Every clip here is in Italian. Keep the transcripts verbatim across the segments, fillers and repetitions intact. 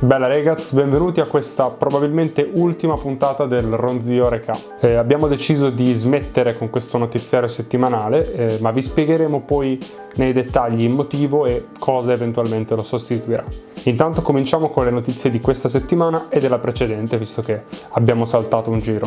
Bella ragazzi, benvenuti a questa probabilmente ultima puntata del Ronzio Recap. Eh, abbiamo deciso di smettere con questo notiziario settimanale, eh, ma vi spiegheremo poi nei dettagli il motivo e cosa eventualmente lo sostituirà. Intanto cominciamo con le notizie di questa settimana e della precedente, visto che abbiamo saltato un giro.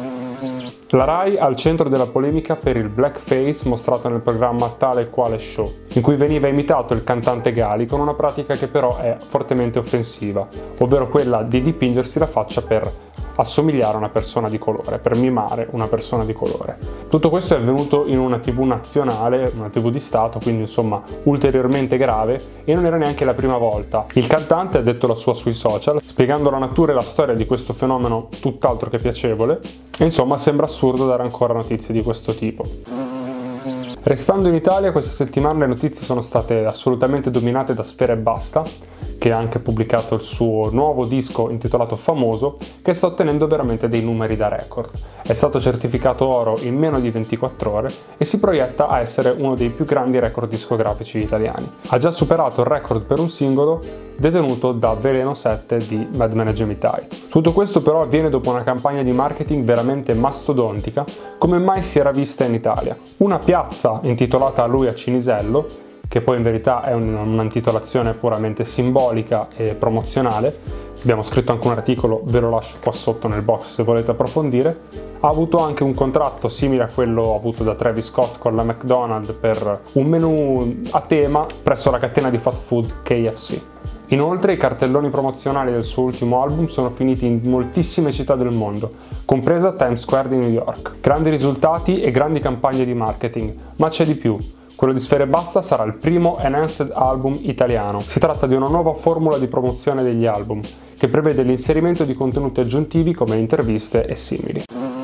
La Rai al centro della polemica per il blackface mostrato nel programma Tale e Quale Show, in cui veniva imitato il cantante Gali con una pratica che però è fortemente offensiva, ovvero quella di dipingersi la faccia per assomigliare a una persona di colore, per mimare una persona di colore. Tutto questo è avvenuto in una tivù nazionale, una tivù di Stato, quindi insomma ulteriormente grave, e non era neanche la prima volta. Il cantante ha detto la sua sui social, spiegando la natura e la storia di questo fenomeno tutt'altro che piacevole, e insomma sembra assurdo dare ancora notizie di questo tipo. Restando in Italia, questa settimana le notizie sono state assolutamente dominate da Sfera Ebbasta, che ha anche pubblicato il suo nuovo disco intitolato Famoso, che sta ottenendo veramente dei numeri da record. È stato certificato oro in meno di ventiquattro ore e si proietta a essere uno dei più grandi record discografici italiani. Ha già superato il record per un singolo detenuto da Veleno sette di Mad Men e Jamie Tights. Tutto questo però avviene dopo una campagna di marketing veramente mastodontica come mai si era vista in Italia. Una piazza intitolata a lui a Cinisello, che poi in verità è un'intitolazione puramente simbolica e promozionale, abbiamo scritto anche un articolo, ve lo lascio qua sotto nel box se volete approfondire, ha avuto anche un contratto simile a quello avuto da Travis Scott con la McDonald's per un menù a tema presso la catena di fast food K F C. Inoltre i cartelloni promozionali del suo ultimo album sono finiti in moltissime città del mondo, compresa Times Square di New York. Grandi risultati e grandi campagne di marketing, ma c'è di più. Quello di Sfera Ebbasta sarà il primo enhanced album italiano. Si tratta di una nuova formula di promozione degli album, che prevede l'inserimento di contenuti aggiuntivi come interviste e simili.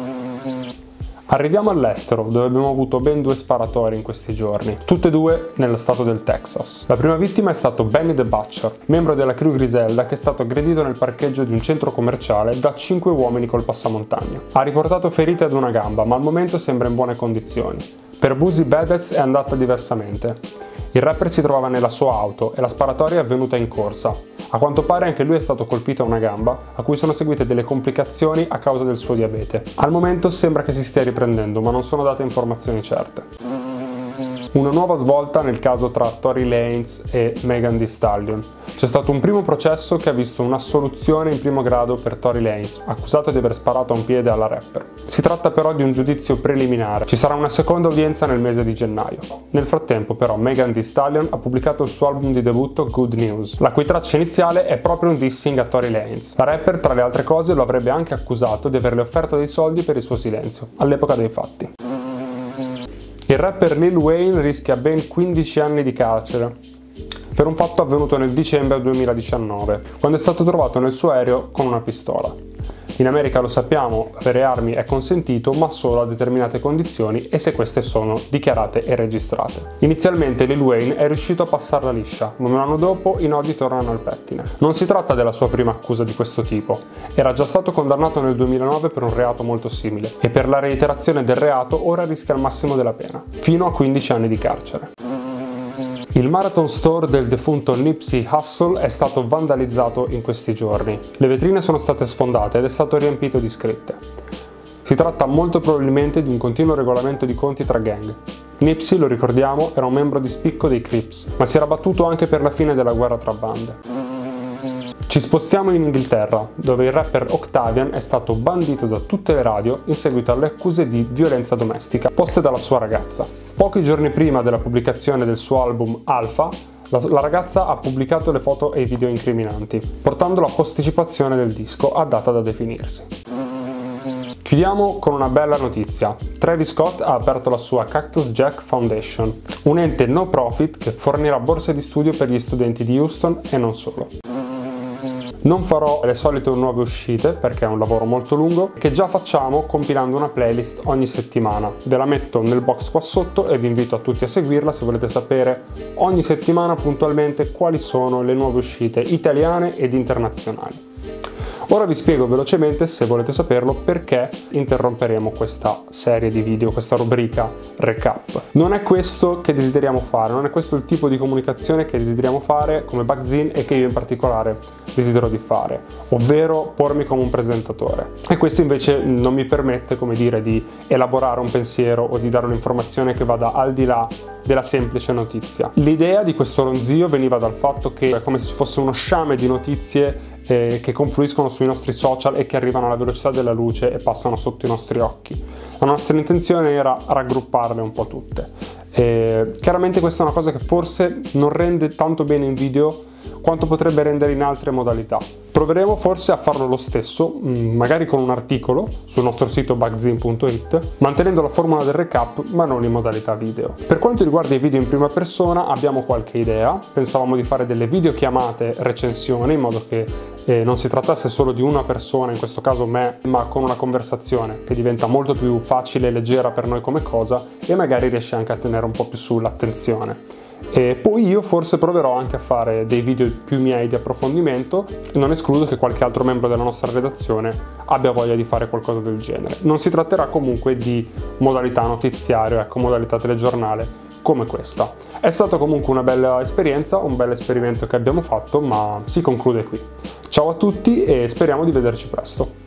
Arriviamo all'estero, dove abbiamo avuto ben due sparatori in questi giorni, tutte e due nello stato del Texas. La prima vittima è stato Benny the Butcher, membro della crew Griselda che è stato aggredito nel parcheggio di un centro commerciale da cinque uomini col passamontagna. Ha riportato ferite ad una gamba, ma al momento sembra in buone condizioni. Per Boosie Badez è andata diversamente. Il rapper si trovava nella sua auto e la sparatoria è avvenuta in corsa. A quanto pare anche lui è stato colpito a una gamba, a cui sono seguite delle complicazioni a causa del suo diabete. Al momento sembra che si stia riprendendo, ma non sono date informazioni certe. Una nuova svolta nel caso tra Tory Lanez e Megan Thee Stallion. C'è stato un primo processo che ha visto un'assoluzione in primo grado per Tory Lanez, accusato di aver sparato a un piede alla rapper. Si tratta però di un giudizio preliminare. Ci sarà una seconda udienza nel mese di gennaio. Nel frattempo però Megan Thee Stallion ha pubblicato il suo album di debutto Good News, la cui traccia iniziale è proprio un dissing a Tory Lanez. La rapper, tra le altre cose, lo avrebbe anche accusato di averle offerto dei soldi per il suo silenzio, all'epoca dei fatti. Il rapper Lil Wayne rischia ben quindici anni di carcere per un fatto avvenuto nel dicembre duemiladiciannove, quando è stato trovato nel suo aereo con una pistola. In America, lo sappiamo, avere armi è consentito, ma solo a determinate condizioni e se queste sono dichiarate e registrate. Inizialmente Lil Wayne è riuscito a passarla liscia, ma un anno dopo i nodi tornano al pettine. Non si tratta della sua prima accusa di questo tipo. Era già stato condannato nel duemilanove per un reato molto simile e per la reiterazione del reato ora rischia il massimo della pena, fino a quindici anni di carcere. Il Marathon Store del defunto Nipsey Hussle è stato vandalizzato in questi giorni. Le vetrine sono state sfondate ed è stato riempito di scritte. Si tratta molto probabilmente di un continuo regolamento di conti tra gang. Nipsey, lo ricordiamo, era un membro di spicco dei Crips, ma si era battuto anche per la fine della guerra tra bande. Ci spostiamo in Inghilterra, dove il rapper Octavian è stato bandito da tutte le radio in seguito alle accuse di violenza domestica poste dalla sua ragazza. Pochi giorni prima della pubblicazione del suo album Alpha, la, la ragazza ha pubblicato le foto e i video incriminanti, portando la posticipazione del disco a data da definirsi. Chiudiamo con una bella notizia. Travis Scott ha aperto la sua Cactus Jack Foundation, un ente no profit che fornirà borse di studio per gli studenti di Houston e non solo. Non farò le solite nuove uscite perché è un lavoro molto lungo che già facciamo compilando una playlist ogni settimana. Ve la metto nel box qua sotto e vi invito a tutti a seguirla se volete sapere ogni settimana puntualmente quali sono le nuove uscite italiane ed internazionali. Ora vi spiego velocemente, se volete saperlo, perché interromperemo questa serie di video, questa rubrica recap. Non è questo che desideriamo fare, non è questo il tipo di comunicazione che desideriamo fare come Bugzine e che io in particolare desidero di fare, ovvero pormi come un presentatore. E questo invece non mi permette, come dire, di elaborare un pensiero o di dare un'informazione che vada al di là della semplice notizia. L'idea di questo ronzio veniva dal fatto che è come se ci fosse uno sciame di notizie eh, che confluiscono sui nostri social e che arrivano alla velocità della luce e passano sotto i nostri occhi. La nostra intenzione era raggrupparle un po' tutte. E chiaramente questa è una cosa che forse non rende tanto bene in video quanto potrebbe rendere in altre modalità. Proveremo forse a farlo lo stesso, magari con un articolo sul nostro sito bugzine punto it, mantenendo la formula del recap ma non in modalità video. Per quanto riguarda i video in prima persona abbiamo qualche idea, pensavamo di fare delle videochiamate recensioni in modo che eh, non si trattasse solo di una persona, in questo caso me, ma con una conversazione che diventa molto più facile e leggera per noi come cosa e magari riesce anche a tenere un po' più sull'attenzione. E poi io forse proverò anche a fare dei video più miei di approfondimento, non escludo che qualche altro membro della nostra redazione abbia voglia di fare qualcosa del genere. Non si tratterà comunque di modalità notiziario, ecco, modalità telegiornale come questa. È stata comunque una bella esperienza, un bel esperimento che abbiamo fatto, ma si conclude qui. Ciao a tutti e speriamo di vederci presto.